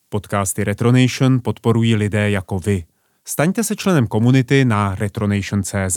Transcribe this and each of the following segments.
Podcasty Retronation podporují lidé jako vy. Staňte se členem komunity na retronation.cz.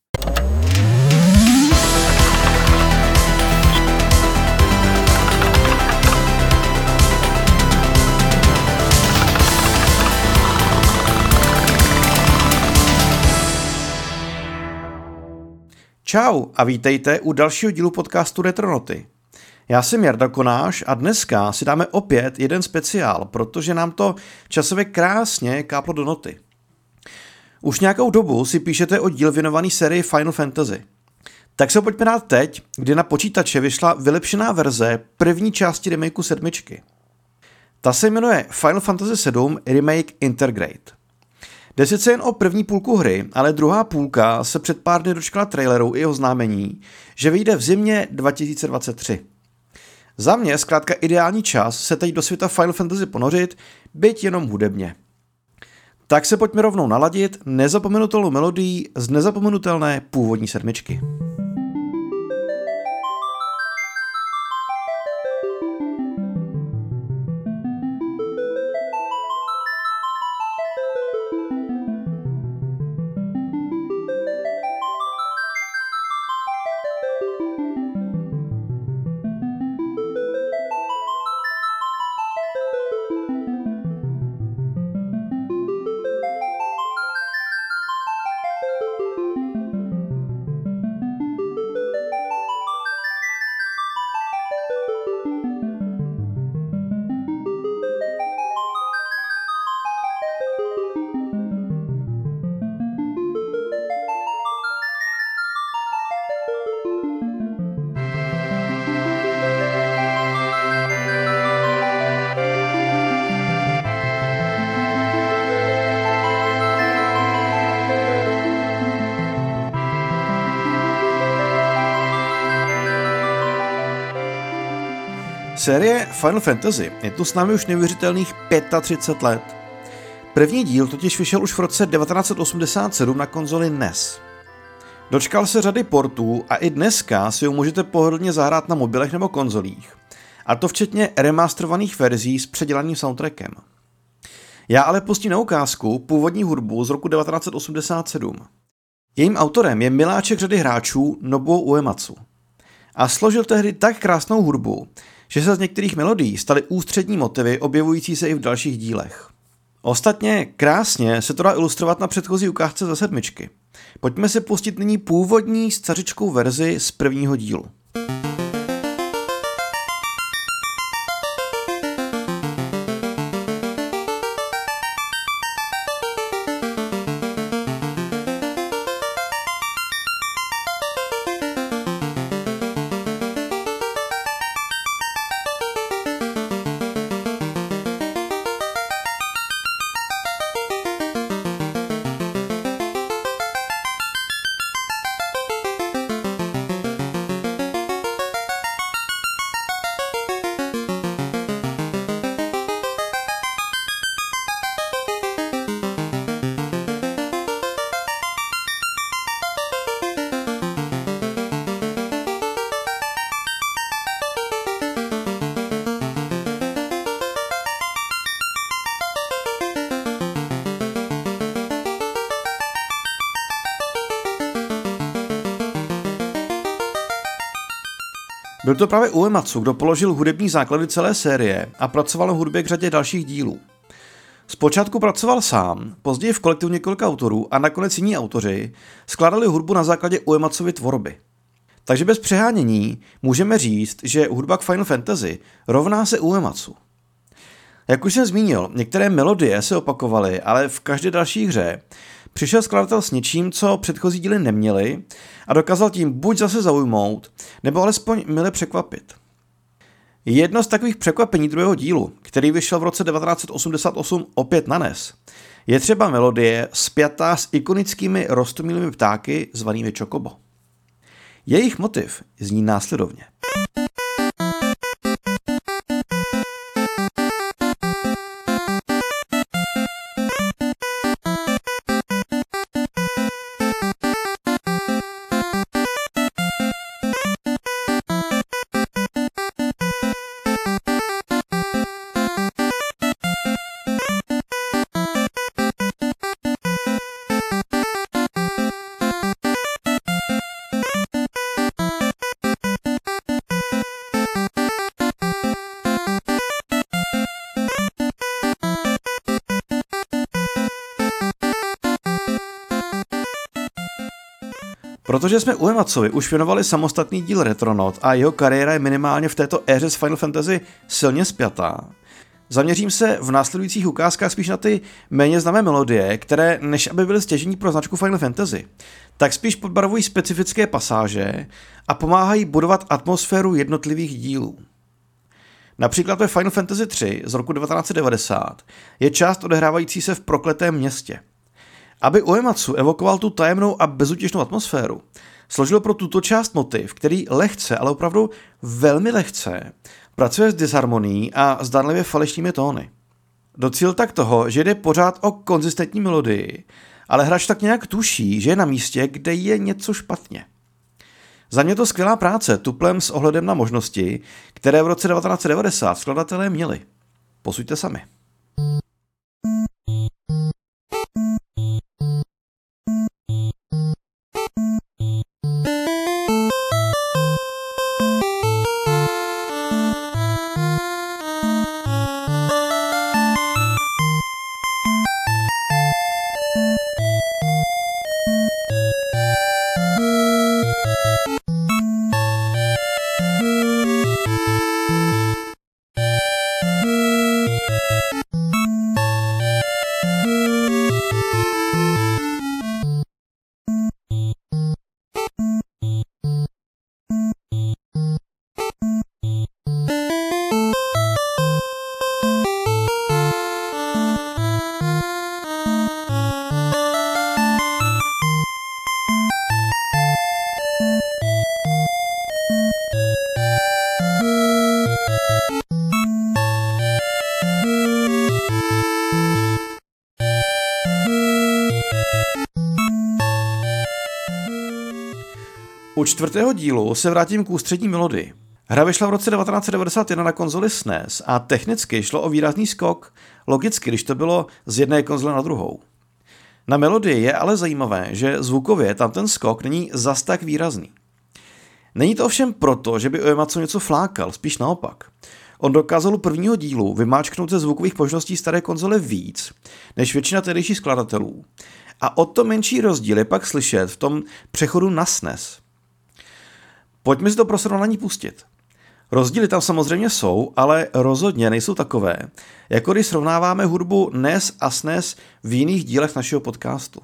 Čau a vítejte u dalšího dílu podcastu Retronoty. Já jsem Jarda Konáš a dneska si dáme opět jeden speciál, protože nám to časově krásně káplo do noty. Už nějakou dobu si píšete o díl věnovaný sérii Final Fantasy. Tak se pojďme dát teď, kdy na počítače vyšla vylepšená verze první části remakeu 7. Ta se jmenuje Final Fantasy VII Remake Intergrade. Jde sice jen o první půlku hry, ale druhá půlka se před pár dny dočkala traileru i oznámení, že vyjde v zimě 2023. Za mě zkrátka ideální čas se teď do světa Final Fantasy ponořit, byť jenom hudebně. Tak se pojďme rovnou naladit nezapomenutelnou melodii z nezapomenutelné původní 7. Série Final Fantasy je tu s námi už neuvěřitelných 35 let. První díl totiž vyšel už v roce 1987 na konzoli NES. Dočkal se řady portů a i dneska si ho můžete pohodlně zahrát na mobilech nebo konzolích. A to včetně remasterovaných verzí s předělaným soundtrackem. Já ale pustím na ukázku původní hudbu z roku 1987. Jejím autorem je miláček řady hráčů Nobuo Uematsu. A složil tehdy tak krásnou hudbu, že se z některých melodií staly ústřední motivy objevující se i v dalších dílech. Ostatně krásně se to dá ilustrovat na předchozí ukázce ze 7. Pojďme si pustit nyní původní stařičkou verzi z prvního dílu. Byl to právě Uematsu, kdo položil hudební základy celé série a pracoval na hudbě k řadě dalších dílů. Zpočátku pracoval sám, později v kolektivu několika autorů a nakonec jiní autoři skládali hudbu na základě Uematsovy tvorby. Takže bez přehánění můžeme říct, že hudba k Final Fantasy rovná se Uematsu. Jak už jsem zmínil, některé melodie se opakovaly, ale v každé další hře přišel skladatel s něčím, co předchozí díly neměly a dokázal tím buď zase zaujmout, nebo alespoň mile překvapit. Jedno z takových překvapení druhého dílu, který vyšel v roce 1988 opět na NES, je třeba melodie spjatá s ikonickými roztomilými ptáky zvanými Chocobo. Jejich motiv zní následovně. Protože jsme Uematsovi už věnovali samostatný díl Retronot a jeho kariéra je minimálně v této éře s Final Fantasy silně spjatá, zaměřím se v následujících ukázkách spíš na ty méně známé melodie, které, než aby byly stěžení pro značku Final Fantasy, tak spíš podbarvují specifické pasáže a pomáhají budovat atmosféru jednotlivých dílů. Například ve Final Fantasy 3 z roku 1990 je část odehrávající se v prokletém městě. Aby Uematsu evokoval tu tajemnou a bezutěšnou atmosféru, složil pro tuto část motiv, který lehce, ale opravdu velmi lehce, pracuje s disharmonií a zdánlivě falešnými tóny. Docíl tak toho, že jde pořád o konzistentní melodii, ale hráč tak nějak tuší, že je na místě, kde je něco špatně. Za mě to skvělá práce, tuplem s ohledem na možnosti, které v roce 1990 skladatelé měli. Posuďte sami. U čtvrtého dílu se vrátím k ústřední melodii. Hra vyšla v roce 1991 na konzoli SNES a technicky šlo o výrazný skok, logicky, když to bylo z jedné konzole na druhou. Na melodii je ale zajímavé, že zvukově tam ten skok není zas tak výrazný. Není to ovšem proto, že by Uematsu něco flákal, spíš naopak. On dokázal u prvního dílu vymáčknout ze zvukových možností staré konzole víc, než většina tehdejších skladatelů. A o to menší rozdíl je pak slyšet v tom přechodu na SNES. Pojďme si to pro srovnání pustit. Rozdíly tam samozřejmě jsou, ale rozhodně nejsou takové, jako když srovnáváme hudbu NES a SNES v jiných dílech našeho podcastu.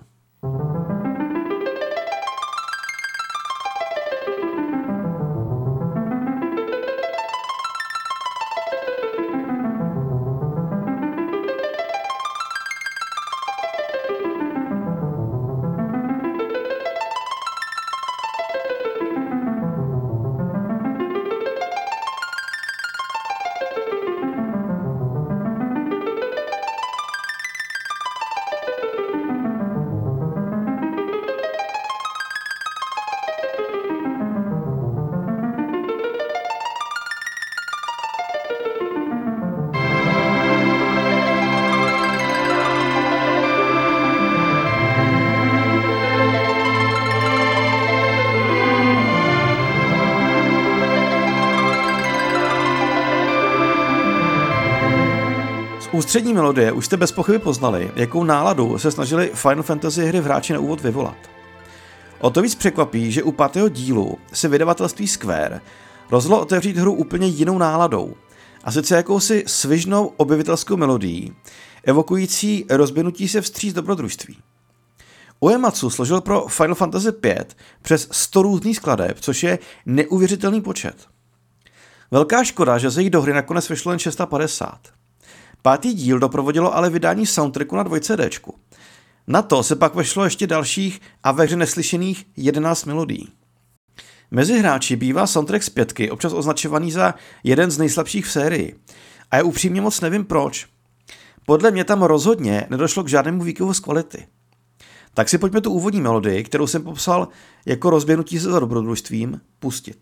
Ústřední melodie už jste bez pochyby poznali, jakou náladu se snažili Final Fantasy hry v hráči na úvod vyvolat. O to víc překvapí, že u 5. dílu se vydavatelství Square rozhodlo otevřít hru úplně jinou náladou, a sice jakousi svižnou objevitelskou melodií, evokující rozběhnutí se vstříc dobrodružství. Uematsu složil pro Final Fantasy 5 přes 100 různých skladeb, což je neuvěřitelný počet. Velká škoda, že ze jich do hry nakonec vyšlo jen 650. 5. díl doprovodilo ale vydání soundtracku na 2CD. Na to se pak vešlo ještě dalších a ve hře neslyšených 11 melodií. Mezi hráči bývá soundtrack z 5 občas označovaný za jeden z nejslabších v sérii. A já upřímně moc nevím proč. Podle mě tam rozhodně nedošlo k žádnému výkyvu z kvality. Tak si pojďme tu úvodní melodii, kterou jsem popsal jako rozběhnutí se za dobrodružstvím, pustit.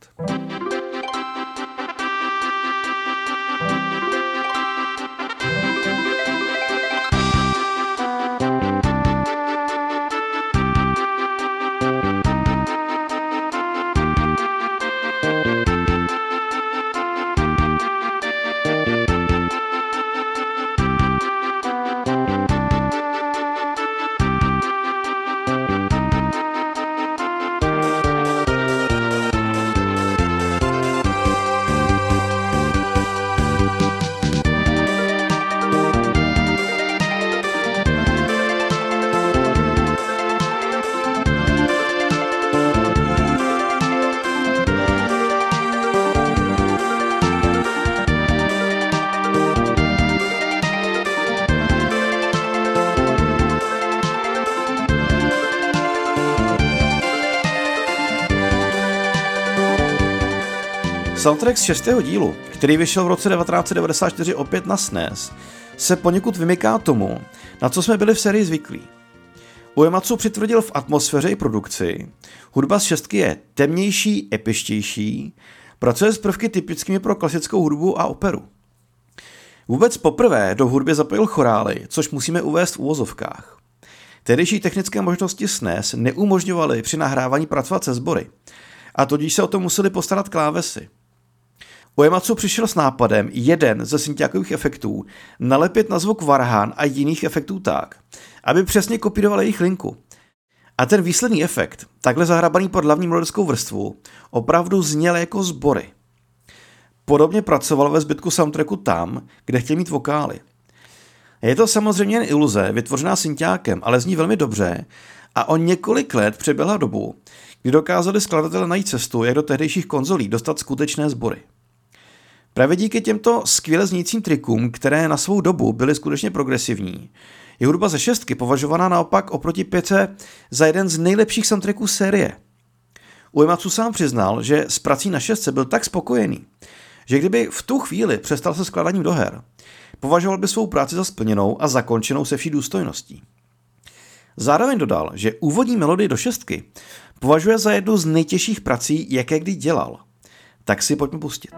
Soundtrack z 6. dílu, který vyšel v roce 1994 opět na SNES, se poněkud vymyká tomu, na co jsme byli v sérii zvyklí. Uematsu přitvrdil v atmosféře i produkci, hudba z 6 je temnější, epičtější, pracuje s prvky typickými pro klasickou hudbu a operu. Vůbec poprvé do hudby zapojil chorály, což musíme uvést v uvozovkách. Tehdejší technické možnosti SNES neumožňovaly při nahrávání pracovat se sbory, a tudíž se o to museli postarat klávesy. Uematsu přišel s nápadem jeden ze syntiákových efektů nalepit na zvuk varhan a jiných efektů tak, aby přesně kopíroval jejich linku. A ten výsledný efekt, takhle zahrabaný pod hlavní melodickou vrstvu, opravdu zněl jako sbory. Podobně pracoval ve zbytku soundtracku tam, kde chtěl mít vokály. Je to samozřejmě jen iluze, vytvořená syntiákem, ale zní velmi dobře a o několik let přeběhla dobu, kdy dokázali skladatelé najít cestu, jak do tehdejších konzolí dostat skutečné sbory. Právě díky těmto skvěle znícím trikům, které na svou dobu byly skutečně progresivní, je hudba ze 6 považovaná naopak oproti 5 za jeden z nejlepších soundtracků série. Uematsu sám přiznal, že s prací na 6 byl tak spokojený, že kdyby v tu chvíli přestal se skládáním do her, považoval by svou práci za splněnou a zakončenou se vší důstojností. Zároveň dodal, že úvodní melodii do 6 považuje za jednu z nejtěžších prací, jaké kdy dělal. Tak si pojďme pustit.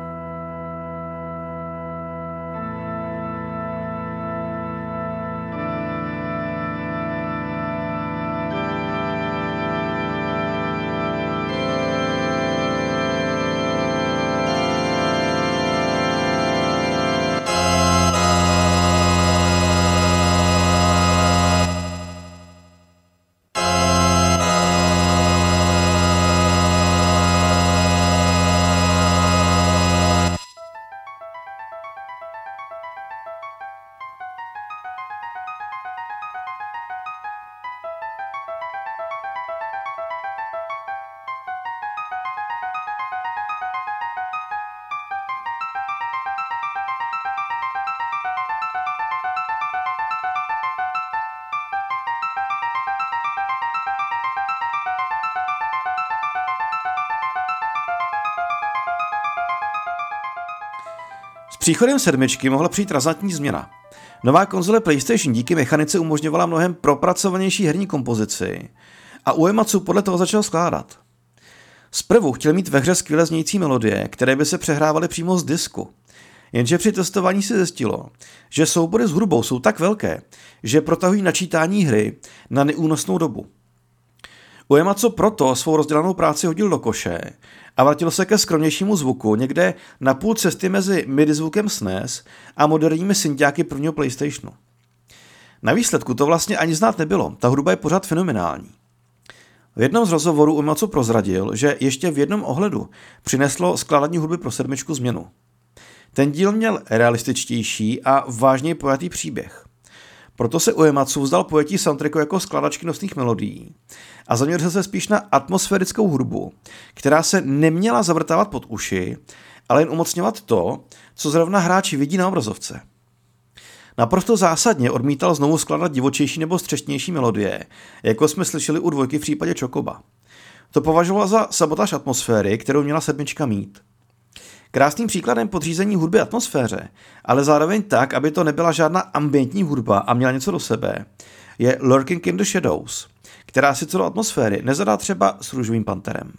S příchodem 7 mohla přijít razantní změna. Nová konzole PlayStation díky mechanice umožňovala mnohem propracovanější herní kompozici a Uematsu podle toho začal skládat. Zprvu chtěl mít ve hře skvěle znějící melodie, které by se přehrávaly přímo z disku. Jenže při testování se zjistilo, že soubory s hudbou jsou tak velké, že protahují načítání hry na neúnosnou dobu. Uematsu proto svou rozdělanou práci hodil do koše a vrátil se ke skromnějšímu zvuku někde na půl cesty mezi MIDI zvukem SNES a moderními syntiáky prvního PlayStationu. Na výsledku to vlastně ani znát nebylo, ta hudba je pořád fenomenální. V jednom z rozhovorů Uematsu prozradil, že ještě v jednom ohledu přineslo skládání hudby pro 7 změnu. Ten díl měl realističtější a vážněji pojatý příběh. Proto se Uematsu vzdal pojetí soundtracku jako skladačky nosných melodií a zaměřil se spíš na atmosférickou hudbu, která se neměla zavrtávat pod uši, ale jen umocňovat to, co zrovna hráči vidí na obrazovce. Naprosto zásadně odmítal znovu skládat divočejší nebo střešnější melodie, jako jsme slyšeli u 2 v případě Chocoba. To považoval za sabotáž atmosféry, kterou měla 7 mít. Krásným příkladem podřízení hudby atmosféře, ale zároveň tak, aby to nebyla žádná ambientní hudba a měla něco do sebe, je Lurking in the Shadows, která si co do atmosféry nezadá třeba s Růžovým panterem.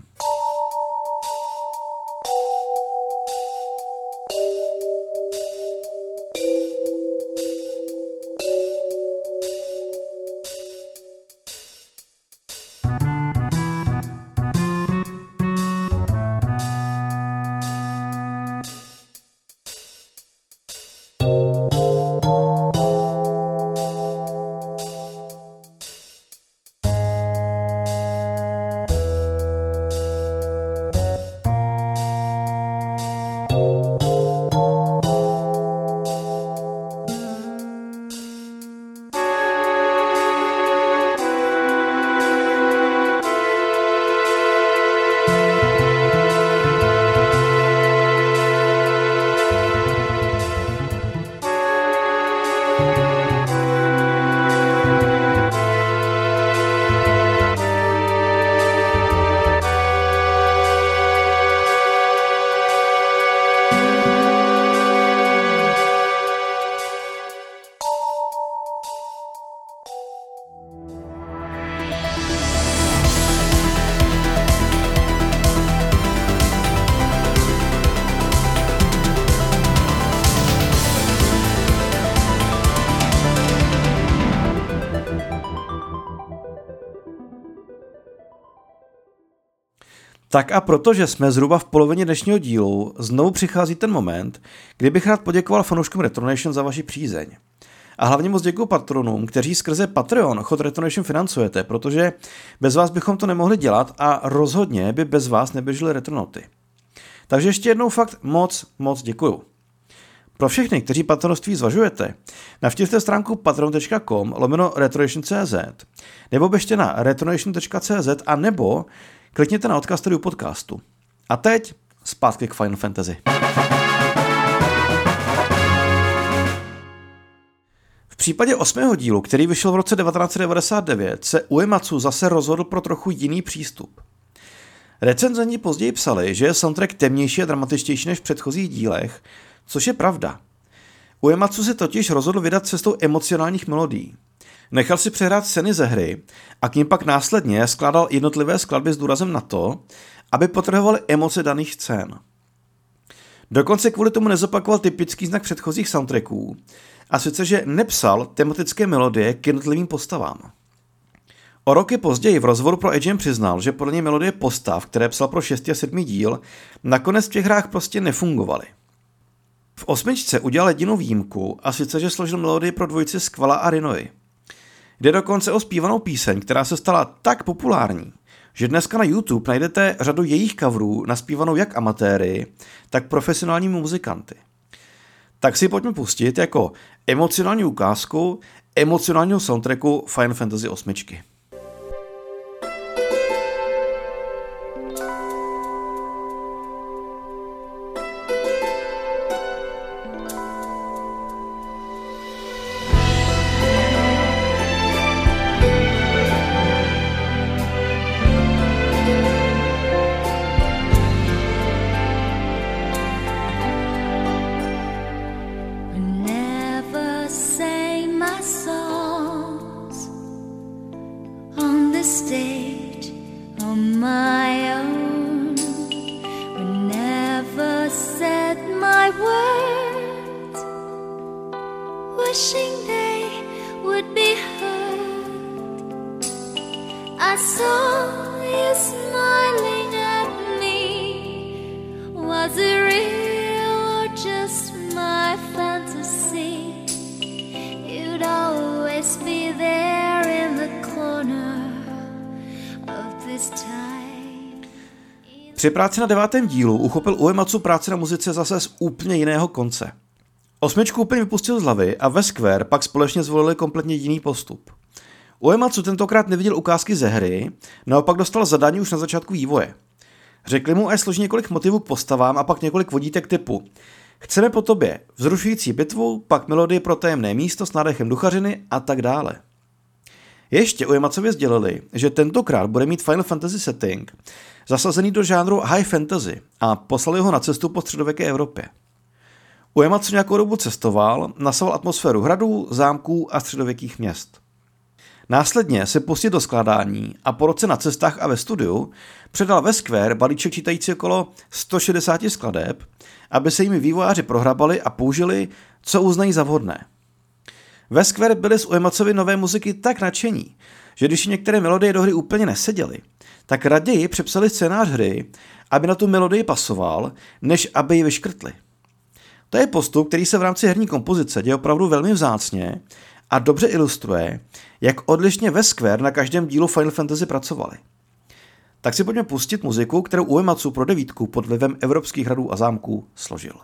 Tak a protože jsme zhruba v polovině dnešního dílu, znovu přichází ten moment, kdy bych rád poděkoval fanouškům Retronation za vaši přízeň. A hlavně moc děkuji patronům, kteří skrze Patreon chod Retronation financujete, protože bez vás bychom to nemohli dělat a rozhodně by bez vás neběžely Retronoty. Takže ještě jednou fakt moc děkuju. Pro všechny, kteří patronství zvažujete, navštivte stránku patreon.com/retronation.cz nebo běžte na retronation.cz a nebo klikněte na odkaz tady u podcastu. A teď zpátky k Final Fantasy. V případě 8. dílu, který vyšel v roce 1999, se Uematsu zase rozhodl pro trochu jiný přístup. Recenzenti později psali, že je soundtrack temnější a dramatičtější než v předchozích dílech, což je pravda. Uematsu se totiž rozhodl vydat cestou emocionálních melodií. Nechal si přehrát scény ze hry a k nim pak následně skládal jednotlivé skladby s důrazem na to, aby podtrhovaly emoce daných scén. Dokonce kvůli tomu nezopakoval typický znak předchozích soundtracků, a sice, že nepsal tematické melodie k jednotlivým postavám. O roky později v rozhovoru pro IGN přiznal, že podle něj melodie postav, které psal pro 6. a 7. díl, nakonec v těch hrách prostě nefungovaly. V 8. udělal jedinou výjimku, a sice, že složil melodii pro dvojici Squalla a Rinoy. Jde dokonce o zpívanou píseň, která se stala tak populární, že dneska na YouTube najdete řadu jejich coverů naspívanou jak amatéry, tak profesionálními muzikanty. Tak si pojďme pustit jako emocionální ukázku emocionálního soundtracku Final Fantasy 8. Při práci na 9. dílu uchopil Uematsu práci na muzice zase z úplně jiného konce. 8. úplně vypustil z hlavy a ve Square pak společně zvolili kompletně jiný postup. Uematsu tentokrát neviděl ukázky ze hry, naopak dostal zadání už na začátku vývoje. Řekli mu, ať složí několik motivů k postavám a pak několik vodítek typu: chceme po tobě vzrušující bitvu, pak melodii pro tajemné místo s nádechem duchařiny a tak dále. Ještě Uematsovi sdělili, že tentokrát bude mít Final Fantasy setting zasazený do žánru high fantasy a poslali ho na cestu po středověké Evropě. Uematsu nějakou dobu cestoval, nasoval atmosféru hradů, zámků a středověkých měst. Následně se pustil do skládání a po roce na cestách a ve studiu předal ve Square balíček čítající okolo 160 skladeb, aby se jimi vývojáři prohrabali a použili, co uznají za vhodné. Ve Square byli z Uematsovi nové muziky tak nadšení, že když některé melodie do hry úplně neseděly, tak raději přepsali scénář hry, aby na tu melodii pasoval, než aby ji vyškrtli. To je postup, který se v rámci herní kompozice děje opravdu velmi vzácně a dobře ilustruje, jak odlišně ve Square na každém dílu Final Fantasy pracovali. Tak si pojďme pustit muziku, kterou Uematsu pro 9 pod vlivem evropských hradů a zámků složil.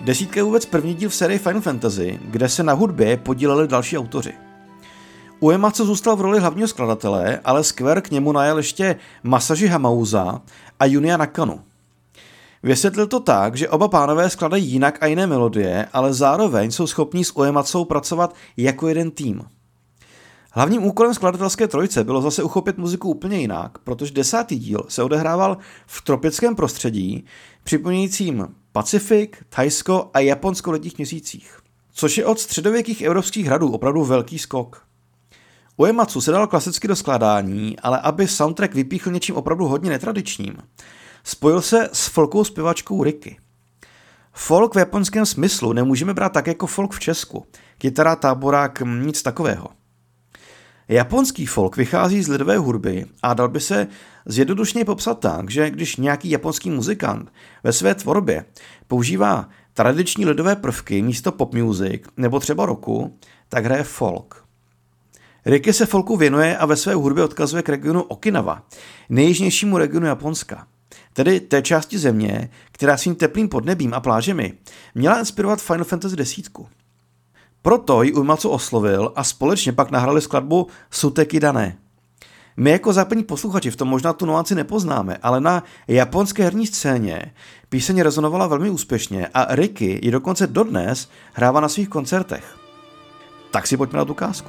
10 je vůbec první díl v sérii Final Fantasy, kde se na hudbě podíleli další autoři. Uematsu zůstal v roli hlavního skladatele, ale Square k němu najel ještě Masashi Hamauza a Junya Nakanu. Vysvětlil to tak, že oba pánové skladají jinak a jiné melodie, ale zároveň jsou schopní s Uematsou pracovat jako jeden tým. Hlavním úkolem skladatelské trojice bylo zase uchopit muziku úplně jinak, protože 10. díl se odehrával v tropickém prostředí, připomínajícím Pacifik, Thajsko a Japonsko v letních měsících, což je od středověkých evropských hradů opravdu velký skok. Uematsu se dal klasicky do skládání, ale aby soundtrack vypíchl něčím opravdu hodně netradičním, spojil se s folkovou zpěvačkou Ricky. Folk v japonském smyslu nemůžeme brát tak jako folk v Česku, kytara, táborák, nic takového. Japonský folk vychází z lidové hudby a dal by se zjednodušně popsat tak, že když nějaký japonský muzikant ve své tvorbě používá tradiční lidové prvky místo pop music nebo třeba rocku, tak hraje folk. Ricky se folku věnuje a ve své hudbě odkazuje k regionu Okinawa, nejjižnějšímu regionu Japonska, tedy té části země, která svým teplým podnebím a plážemi měla inspirovat Final Fantasy X. Proto ji Uematsu oslovil a společně pak nahrali skladbu Suteki Dane. My jako západní posluchači v tom možná tu nuanci nepoznáme, ale na japonské herní scéně píseň rezonovala velmi úspěšně a Ricky ji dokonce dodnes hrává na svých koncertech. Tak si pojďme na tu ukázku.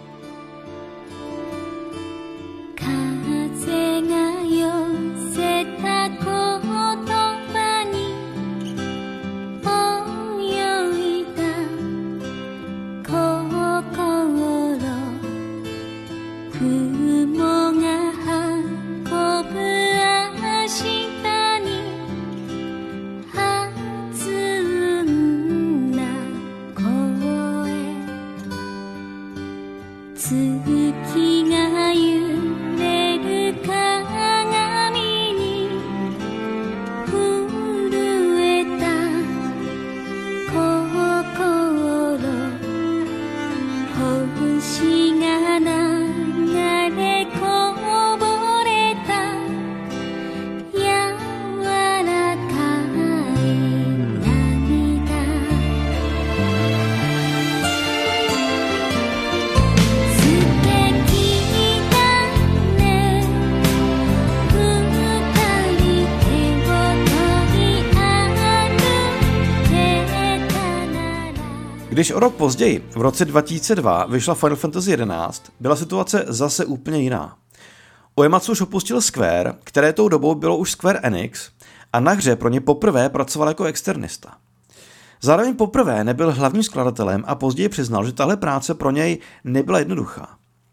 Když o rok později, v roce 2002, vyšla Final Fantasy XI, byla situace zase úplně jiná. Uematsu už opustil Square, které tou dobou bylo už Square Enix, a na hře pro ně poprvé pracoval jako externista. Zároveň poprvé nebyl hlavním skladatelem a později přiznal, že tahle práce pro něj nebyla jednoduchá.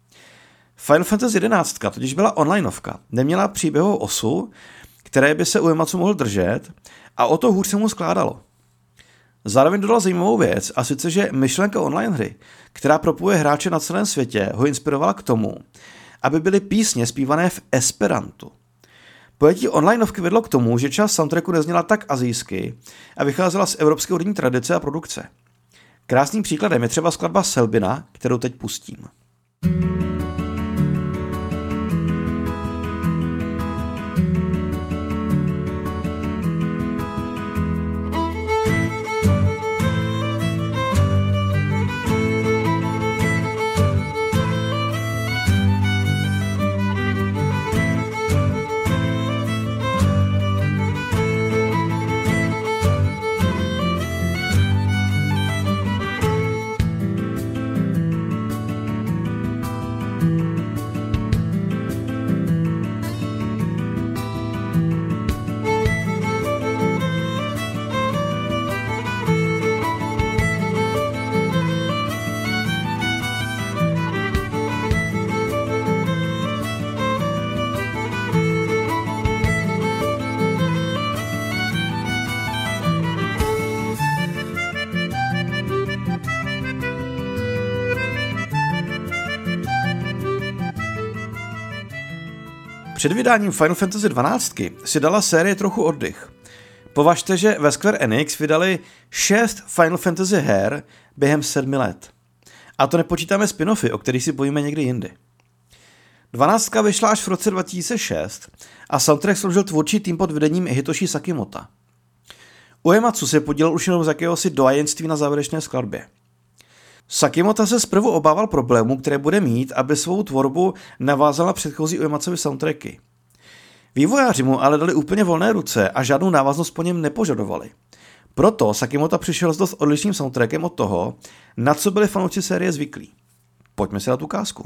Final Fantasy XI totiž byla onlineovka, neměla příběhovou osu, které by se Uematsu mohl držet, a o to hůř se mu skládalo. Zároveň dodal zajímavou věc, a sice, že myšlenka online hry, která propojuje hráče na celém světě, ho inspirovala k tomu, aby byly písně zpívané v esperantu. Pojetí onlineovky vedlo k tomu, že část soundtracku nezněla tak asijsky a vycházela z evropské hudební tradice a produkce. Krásným příkladem je třeba skladba Selbina, kterou teď pustím. Před vydáním Final Fantasy XII si dala série trochu oddych. Považte, že ve Square Enix vydali 6 Final Fantasy her během 7 let. A to nepočítáme spin-offy, o kterých si povíme někdy jindy. 12 vyšla až v roce 2006 a soundtrack složil tvůrčí tým pod vedením Hitoshi Sakimota. Uematsu se podílel už jenom z jakéhosi doajenství na závěrečné skladbě. Sakimoto se zprvu obával problémů, které bude mít, aby svou tvorbu navázal na předchozí Uematsovy soundtracky. Vývojáři mu ale dali úplně volné ruce a žádnou návaznost po něm nepožadovali. Proto Sakimoto přišel s dost odlišným soundtrackem od toho, na co byli fanoušci série zvyklí. Pojďme si dát ukázku.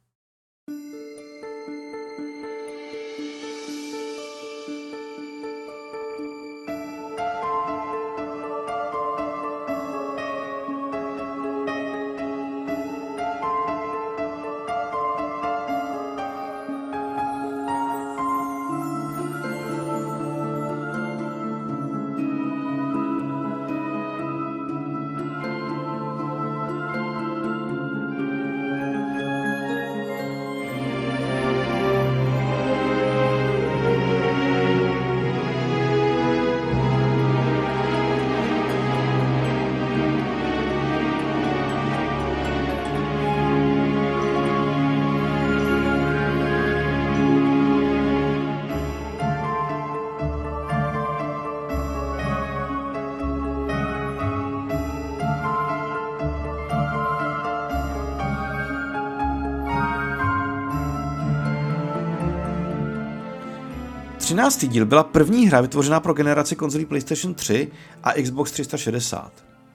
13. díl byla první hra vytvořená pro generaci konzolí PlayStation 3 a Xbox 360.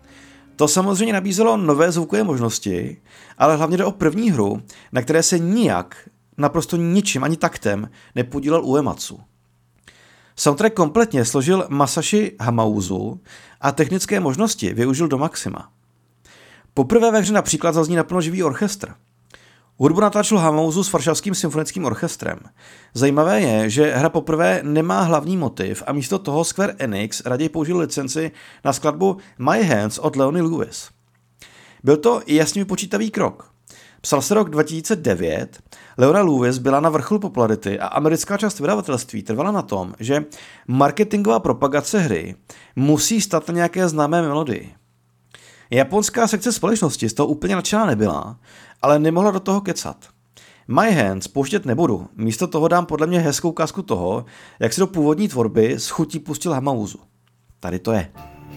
To samozřejmě nabízelo nové zvukové možnosti, ale hlavně jde o první hru, na které se nijak, naprosto ničím ani taktem nepodílel Uematsu. Soundtrack kompletně složil Masashi Hamauzu a technické možnosti využil do maxima. Poprvé ve hře například zazní naplno živý orchestr. Hudbu natáčel Hamauzu s Varšavským symfonickým orchestrem. Zajímavé je, že hra poprvé nemá hlavní motiv a místo toho Square Enix raději použil licenci na skladbu My Hands od Leony Lewis. Byl to jasně vypočítavý krok. Psal se rok 2009, Leona Lewis byla na vrcholu popularity a americká část vydavatelství trvala na tom, že marketingová propagace hry musí stát na nějaké známé melodii. Japonská sekce společnosti z toho úplně nadšená nebyla, ale nemohla do toho kecat. My Hands pouštět nebudu, místo toho dám podle mě hezkou ukázku toho, jak se do původní tvorby s chutí pustil Hamauzu. Tady to je.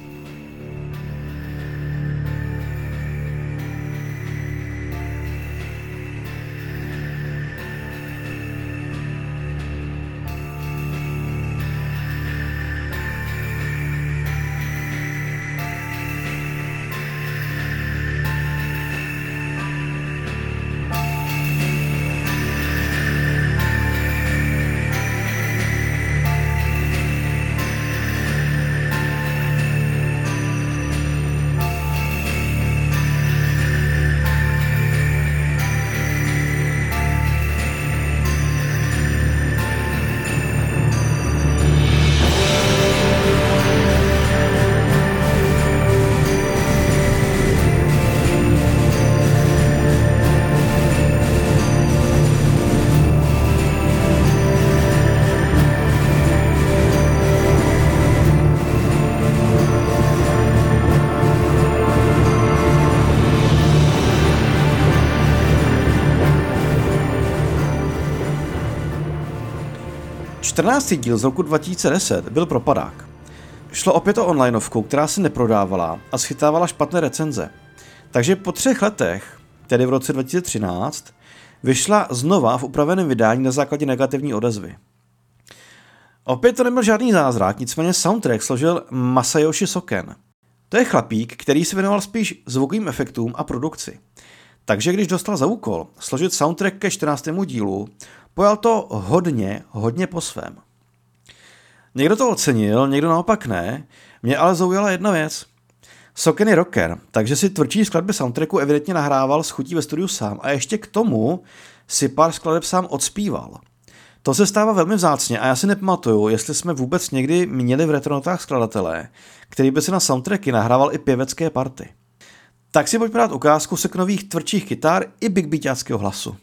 Čtrnáctý díl z roku 2010 byl propadák. Šlo opět o onlineovku, která se neprodávala a schytávala špatné recenze. Takže po 3 letech, tedy v roce 2013, vyšla znova v upraveném vydání na základě negativní odezvy. Opět to nebyl žádný zázrak, nicméně soundtrack složil Masayoshi Soken. To je chlapík, který se věnoval spíš zvukovým efektům a produkci. Takže když dostal za úkol složit soundtrack ke 14. dílu, pojal to hodně po svém. Někdo to ocenil, někdo naopak ne, mě ale zaujala jedna věc. Soken je rocker, takže si tvrdší skladby soundtracku evidentně nahrával s chutí ve studiu sám a ještě k tomu si pár skladeb sám odspíval. To se stává velmi vzácně a já si nepamatuju, jestli jsme vůbec někdy měli v retronotách skladatele, který by si na soundtracky nahrával i pěvecké party. Tak si pojďme dát ukázku Sokenových tvrdších kytar i big beatáckého hlasu.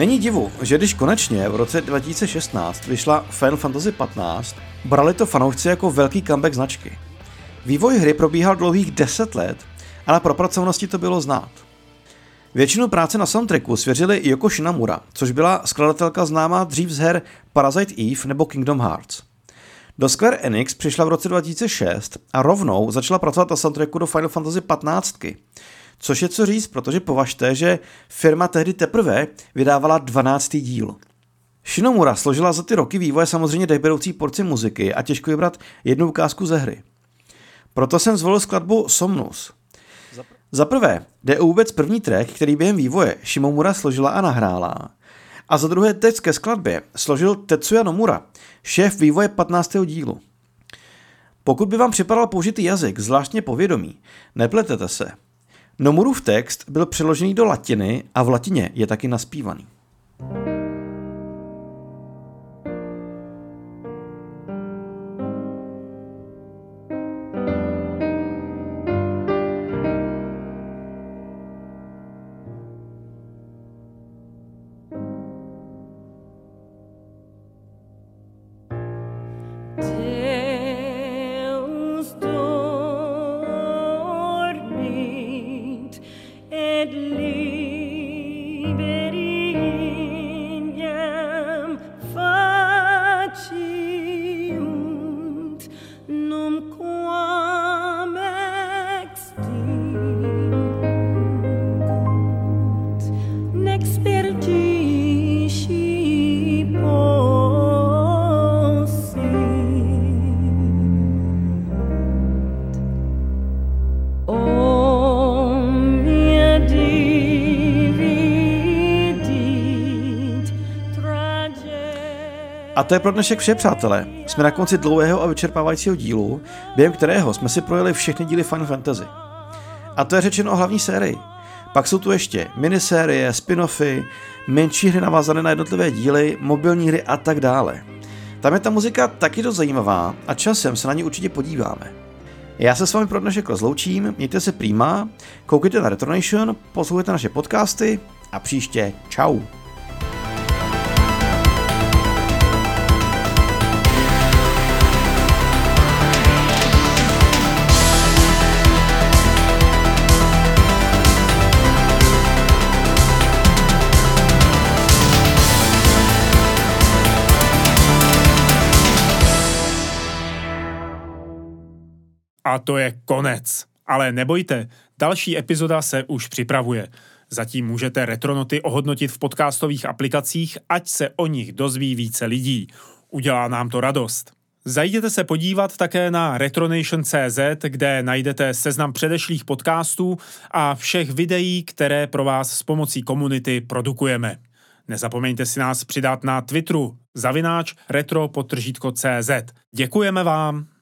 Není divu, že když konečně v roce 2016 vyšla Final Fantasy 15, brali to fanoušci jako velký comeback značky. Vývoj hry probíhal dlouhých 10 let a na propracovannosti to bylo znát. Většinu práce na soundtracku svěřili Yoko Shinamura, což byla skladatelka známá dřív z her Parasite Eve nebo Kingdom Hearts. Do Square Enix přišla v roce 2006 a rovnou začala pracovat na soundtracku do Final Fantasy 15, což je co říct, protože považte, že firma tehdy teprve vydávala 12. díl. Shinamura složila za ty roky vývoje samozřejmě dechberoucí porci muziky a těžko vybrat jednu ukázku ze hry. Proto jsem zvolil skladbu Somnus. Za prvé jde o vůbec první track, který během vývoje Shimomura složila a nahrála. A za druhé text ke skladbě složil Tetsuya Nomura, šéf vývoje 15. dílu. Pokud by vám připadal použitý jazyk zvláštně povědomý, nepletete se. Nomurův text byl přeložený do latiny a v latině je taky naspívaný. A to je pro dnešek vše, přátelé. Jsme na konci dlouhého a vyčerpávajícího dílu, během kterého jsme si projeli všechny díly Final Fantasy. A to je řečeno o hlavní sérii. Pak jsou tu ještě minisérie, spin-offy, menší hry navázané na jednotlivé díly, mobilní hry a tak dále. Tam je ta muzika taky dost zajímavá a časem se na ní určitě podíváme. Já se s vámi pro dnešek rozloučím, mějte se prýma, koukejte na Retronation, poslouchejte naše podcasty a příště čau. A to je konec. Ale nebojte, další epizoda se už připravuje. Zatím můžete Retronoty ohodnotit v podcastových aplikacích, ať se o nich dozví více lidí. Udělá nám to radost. Zajděte se podívat také na retronation.cz, kde najdete seznam předešlých podcastů a všech videí, které pro vás s pomocí komunity produkujeme. Nezapomeňte si nás přidat na Twitteru /retro_cz. Děkujeme vám.